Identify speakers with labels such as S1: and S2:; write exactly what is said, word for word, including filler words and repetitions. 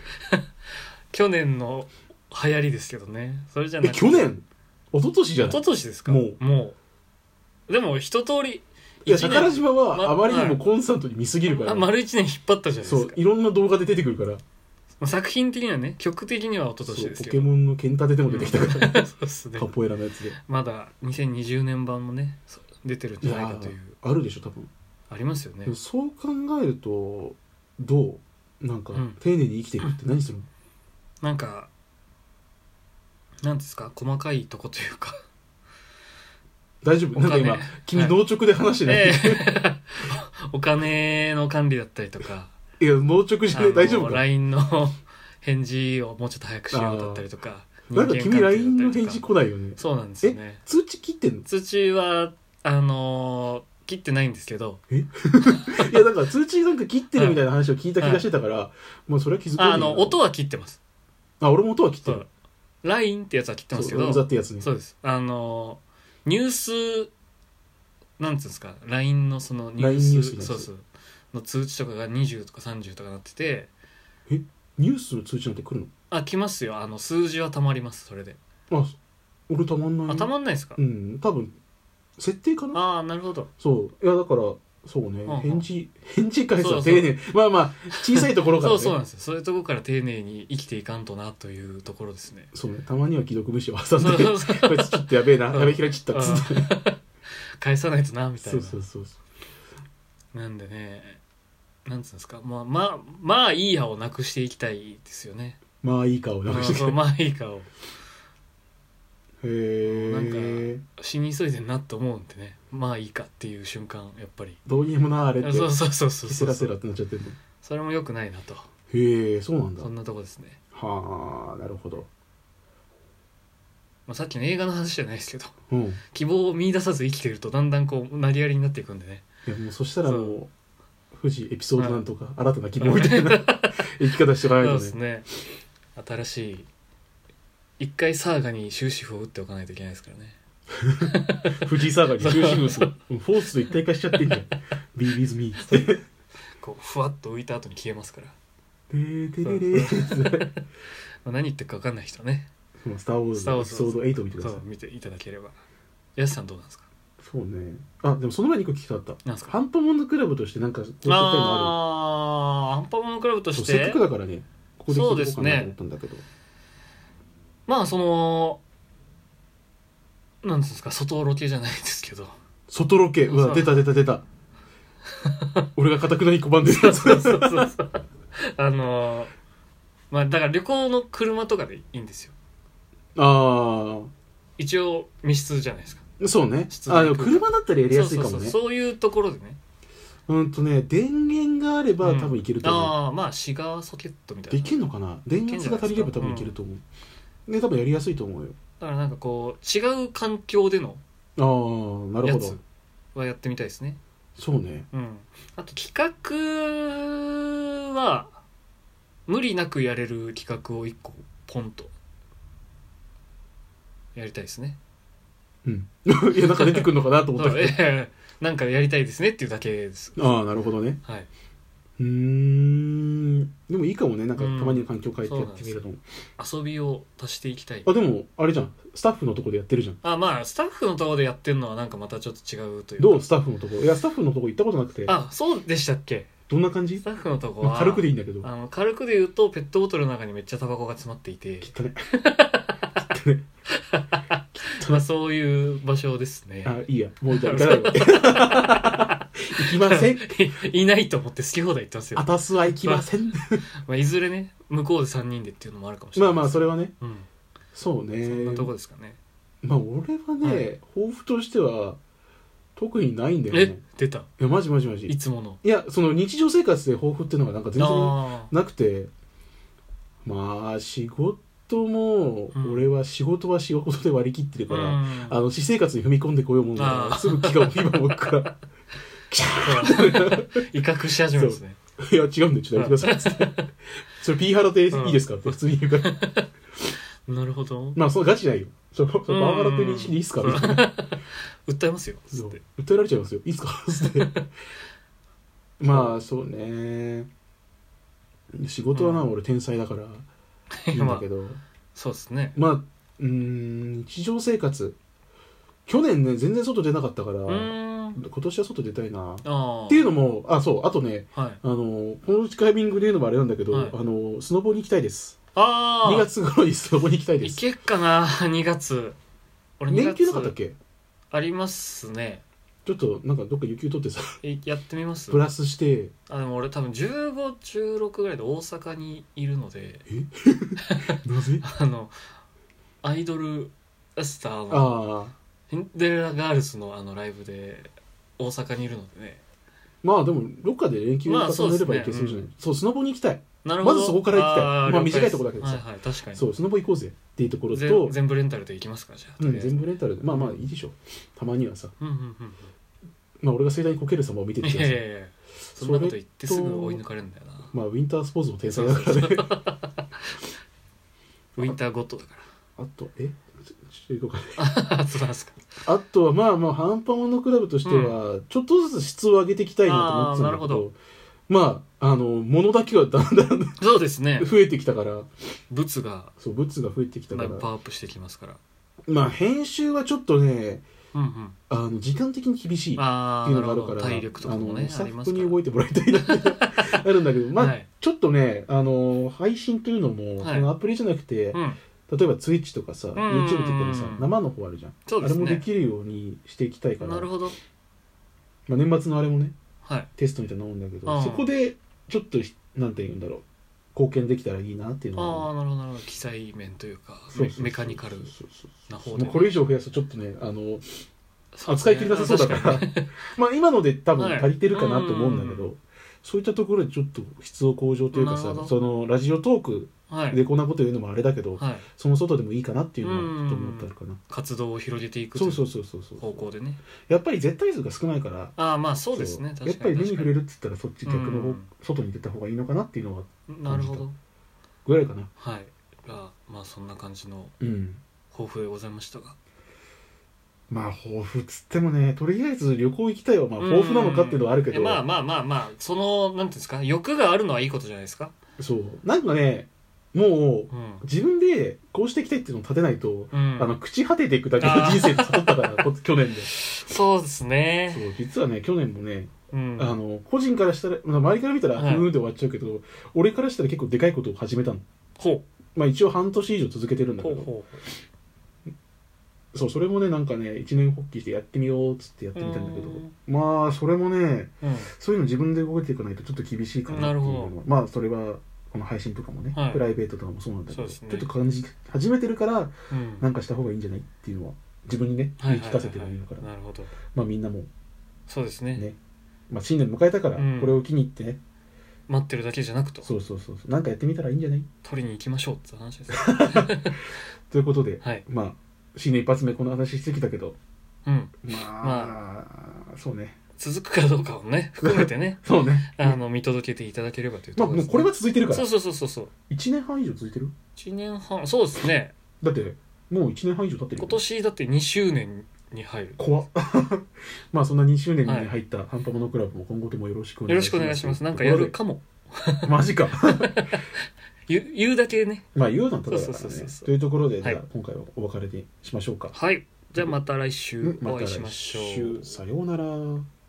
S1: 去年の流行りですけどね。それじゃなくて
S2: え去年一昨年じゃない。
S1: 一昨年ですか。
S2: もう
S1: もうでも一通り
S2: いや宝島はあまりにもコンスタントに見すぎるから、
S1: あ丸一年引っ張ったじゃないですか。
S2: そういろんな動画で出てくるから、
S1: 作品的にはね、曲的には一昨年ですけど、
S2: ポケモンのケンタテでも出てきたから、
S1: うん、そうっすね、
S2: カポエラのやつで
S1: まだにせんにじゅうねん版もね出てるんじゃないかという。
S2: あるでしょ多分。
S1: ありますよね。
S2: そう考えるとどうなんか、うん、丁寧に生きていくって何するの？
S1: なんかなんですか、細かいとこというか
S2: 大丈夫？なんか今君農直で話してない、
S1: はいえー、お金の管理だったりとか、
S2: いや農直じゃない大丈夫か？
S1: ライン の返事をもうちょっと早くしようだったりとか。
S2: なんか君 ライン の返事来ないよね。
S1: そうなんですよね。
S2: 通知切ってんの？
S1: 通知はあのー、切ってないんですけど、
S2: えいやだから通知なんか切ってるみたいな話を聞いた気がしてたから、はい、もうそれは気づかない。
S1: あの音は切ってます。
S2: あ、俺も音は切ってる。
S1: ライン ってやつは切ってますけど、
S2: そうってやつね。
S1: そうです。あのニュースなんつうんですか、 ライン のそのニュース、
S2: ニュース
S1: そうそうの通知とかがにじゅうとかさんじゅうとかなってて、
S2: えニュースの通知なんて来るの？
S1: あ、来ますよ。あの数字はたまります。それで。
S2: あ、俺たまんない。
S1: あ、たまんないですか？
S2: うん、多分設定かな。
S1: ああ、なるほど。
S2: そういやだからそうね、
S1: うんうん、
S2: 返事返事返すは丁寧。まあまあ小さいところから、ね、
S1: そうそうなんですよ。そういうところから丁寧に生きていかんとなというところですね。
S2: そうね、たまには既読無視を挟んでこいつちょっとやべえな、やべえ開いちったっつって
S1: 返さないとなみたいな。
S2: そうそうそうそう。
S1: なんでね、なんつうんですか、まあまあまあいいやをなくしていきたいですよね。
S2: まあいいかをなくしていきたい。
S1: まあいいかを。
S2: へえ。
S1: なんか死に急いでんなって思うんでね、まあいいかっていう瞬間やっぱり
S2: どうにもなあれって。
S1: そうそうそうそう
S2: セラセラってなっちゃってるの。
S1: それも良くないなと。
S2: へえ、そうなんだ。
S1: そんなとこですね。
S2: はあ、なるほど。
S1: まあ、さっきの映画の話じゃないですけど、
S2: うん、
S1: 希望を見出さず生きてるとだんだんこうなりやりになっていくんでね。
S2: いやもうそしたらもう富士エピソードなんとか、新たな希望みたいな生き方しておかないとね。
S1: そうですね。新しい一回サーガに終止符を打っておかないといけないですからね。
S2: 富士サーガに終止符をフォースと一体化しちゃってんじゃん。Be with me って
S1: こうふわっと浮いた後に消えますから。
S2: てーてれれー
S1: まあ何言ってるか分かんない人はね、
S2: スター・ウォーズのエピソードエイトを見てください。
S1: そう見ていただければ。やすさんどうなんですか？
S2: そうね。あ、でもその前に一個聞きたかった。
S1: なんですか？
S2: ハンパモノクラブとしてなんかこうしたいのあ
S1: ああ、ハンパモノクラブとして
S2: せっかくだからね、ここで聞いておこうかなと思ったんだけど、
S1: まあそのなんですか、外ロケじゃないですけど、
S2: 外ロケ、うわ出た出た出た俺が固くなに拒んでるやつ
S1: そうそうそうそうあのまあだから旅行の車とかでいいんですよ。
S2: ああ、
S1: 一応密室じゃないですか。
S2: そうね。あ、でも車だったらやりやすいかもね。
S1: そうそうそう、そういうところでね。
S2: うんとね、電源があれば多分いけると思う、うん、
S1: ああ、まあシガーソケットみたいな
S2: できんのかな。電圧が足りれば多分いけると思う、うん、ね、多分やりやすいと思うよ。
S1: だからなんかこう違う環境での
S2: ああ、なるほど、
S1: やつはやってみたいですね。
S2: そうね。
S1: うん。あと企画は無理なくやれる企画を一個ポンとやりたいですね。
S2: うん。いや、なんか出てくるのかなと思ったけど
S1: なんかやりたいですねっていうだけです。
S2: ああ、なるほどね。
S1: はい。
S2: うーん。でもいいかもね。なんかたまに環境変えてやってみるの、うん、
S1: 遊びを足していきたい。
S2: あ、でもあれじゃん、スタッフのとこでやってるじゃん。
S1: あ、まあスタッフのとこでやってるのはなんかまたちょっと違うというか。
S2: どうスタッフのとこ。いや、スタッフのとこ行ったことなくて。
S1: あ、そうでしたっけ。
S2: どんな感じ？ス
S1: タッフのとこは、
S2: まあ、軽くでいいんだけど、
S1: あの軽くで言うとペットボトルの中にめっちゃタバコが詰まっていて、
S2: きっとねきっとね
S1: まあそういう場所ですね。
S2: あ、いいや、もうじゃあ行かないわ行きません
S1: いないと思って好き放題言ってますよ。
S2: あたすは行きません
S1: まあいずれね、向こうでさんにんでっていうのもあるかもしれない。
S2: まあまあそれはね、
S1: うん、
S2: そうね、
S1: そんなとこですかね。
S2: まあ俺はね、はい、抱負としては特にないんだよね。
S1: え、出た。い
S2: やマジマジマジ。
S1: いつもの。
S2: いや、その日常生活で抱負っていうのがなんか全然なくて、まあ仕事も、うん、俺は仕事は仕事で割り切ってるから、うん、あの私生活に踏み込んでこようもんならすぐ気が今向くからキャー威
S1: 嚇し始めるんですね。
S2: いや違うんでちょっとやめてくださいっつってそれピーハラでいいですかって普通に言うから
S1: なるほど。
S2: まあそのガチじゃないよ。そのパワハラって認識でいいっすかみたいな
S1: 訴えますよつって
S2: 訴えられちゃいますよいいっすかつってまあそうね、仕事はな、うん、俺天才だからいいんだけど、まあ、
S1: そうですね。
S2: まあうーん日常生活去年ね全然外出なかったから今年は外出たいなっていうのも、あそうあとね、はい、あのこのタイミングで言うのもあれなんだけど、はい、あのスノボに行きたいです。あにがつ頃にスノボに行きたいです。
S1: 行けっかなにがつ。
S2: 俺にがつ年休なかったっけ？
S1: ありますね。ち
S2: ょっとなんかどっか有給取ってさ
S1: やってみます？
S2: プラスして。
S1: あでも俺多分じゅうご、じゅうろくぐらいで大阪にいるので。
S2: えなぜ？
S1: あのアイドルスターのシンデレラガールズのあのライブで大阪にいるのでね。
S2: まあでもどっかで連休を重ねればいけそうじゃない、まあそうですね、うん、そうスノボに行きたい。
S1: なるほど。
S2: まずそこから行きたい。あまあ短いところだけどさ、
S1: はいはい、確かに
S2: そうスノボ行こうぜっていうところと
S1: 全部レンタルで行きますかじゃあ、
S2: うん、全部レンタルでまあまあいいでしょう、たまにはさ、
S1: うんうんうん、
S2: まあ俺が盛大にこける様を見ててください。いやいやいや
S1: そんなこと言ってすぐ追い抜かれるんだよな。
S2: まあウィンタースポーツの天才だからね
S1: ウィンターゴッドだか
S2: ら。あとえちょっと行こうか
S1: ねあそうなんですか。
S2: あとはまあまあハンパモノクラブとしては、うん、ちょっとずつ質を上げていきたいなと思ってたんだけど、まああの物だけはだんだん
S1: そうですね
S2: 増えてきたから、
S1: 物が
S2: そう物が増えてきたから
S1: パワーアップしてきますから、
S2: まあ編集はちょっとね、
S1: うんうん、
S2: あの時間的に厳しいっていうのがあるから
S1: 体力とかもね
S2: スタッフに動いてもらいたいなってあるんだけど、まあ、はい、ちょっとねあの配信というのも、はい、そのアプリじゃなくて、うん、例えば Twitch とかさ YouTube とかのさ生の方あるじゃん、そうですね、あれもできるようにしていきたいから。
S1: なるほど、
S2: まあ、年末のあれもね、
S1: はい、
S2: テストみたいなもんだけど、そこでちょっとなんて言うんだろう貢献できたらいいなっていうのは、
S1: ああなるほどなるほど、機材面というかメカニカルな方で、
S2: これ以上増やすとちょっとねあの扱いきれなさそうだからまあ今ので多分足りてるかなと思うんだけど、はい、そういったところでちょっと質を向上というかさ、そのラジオトーク
S1: はい
S2: でこんなこと言うのもあれだけど、
S1: はい、
S2: その外でもいいかなっていうのはちょっと思ったのかな。
S1: 活動を広げていく
S2: そうそうそうそうそう
S1: 方向でね。
S2: やっぱり絶対数が少ないから、
S1: ああまあそうですね、
S2: やっぱり目に触れるっつったらそっち逆の方、外に出た方がいいのかなっていうのは
S1: なるほど
S2: ぐらいかな。
S1: はいがまあそんな感じの
S2: うん
S1: 抱負でございましたが、
S2: まあ抱負っつってもね、とりあえず旅行行きたいはまあ抱負なのかっていうのはあるけど、
S1: まあまあまあまあそのなんていうんですか、欲があるのはいいことじゃないですか。
S2: そうなんかね、もう、うん、自分でこうしていきたいっていうのを立てないと、うん、あの朽ち果てていくだけの人生って悟ったから去年で。
S1: そうですね。
S2: そう実はね去年もね、
S1: うん、
S2: あの個人からしたら周りから見たらふーんで終わっちゃうけど、はい、俺からしたら結構でかいことを始めたの。
S1: ほう、
S2: まあ一応半年以上続けてるんだけど、ほうほう、そうそれもねなんかね一年発起してやってみようっつってやってみたんだけど、まあそれもね、うん、そういうの自分で動いていかないとちょっと厳しいかなっていうのは、まあそれはこの配信とかもね、はい、プライベートとかもそうなんだけど、ね、ちょっと感じ始めてるから、うん、なんかした方がいいんじゃないっていうのは自分にね言い聞かせてるのから、
S1: なるほど。
S2: まあみんなも
S1: そうですね。
S2: ね、まあ新年迎えたからこれを機に入ってね、
S1: うん、待ってるだけじゃなくと、
S2: そうそうそうそう、なんかやってみたらいいんじゃない？
S1: 取りに行きましょうって話です。
S2: ということで、
S1: はい、
S2: まあ新年一発目この話してきたけど、
S1: うん、
S2: まあ、まあ、そうね。
S1: 続くかどうかをね含めてね
S2: そうね、
S1: あの見届けていただければというところです、ね。
S2: まあもうこれは続いてるから。
S1: そうそうそうそうそう。
S2: いちねんはん以上続いてる？
S1: いち 年半、そうですね。
S2: だってもういちねんはん以上経ってるよ。
S1: 今年だってにしゅうねんに入る。
S2: 怖っ。まあそんなにしゅうねんに入ったハンパモノクラブも今後ともよろしくお願いします。
S1: よろしくお願いします。なんかやるかも。
S2: マジか。
S1: 言, 言うだけね。
S2: まあ言うなんだからね。というところで、じゃあ今回はお別れにしましょうか。
S1: はい。じゃあまた来週お会いしましょう。
S2: また来週さようなら。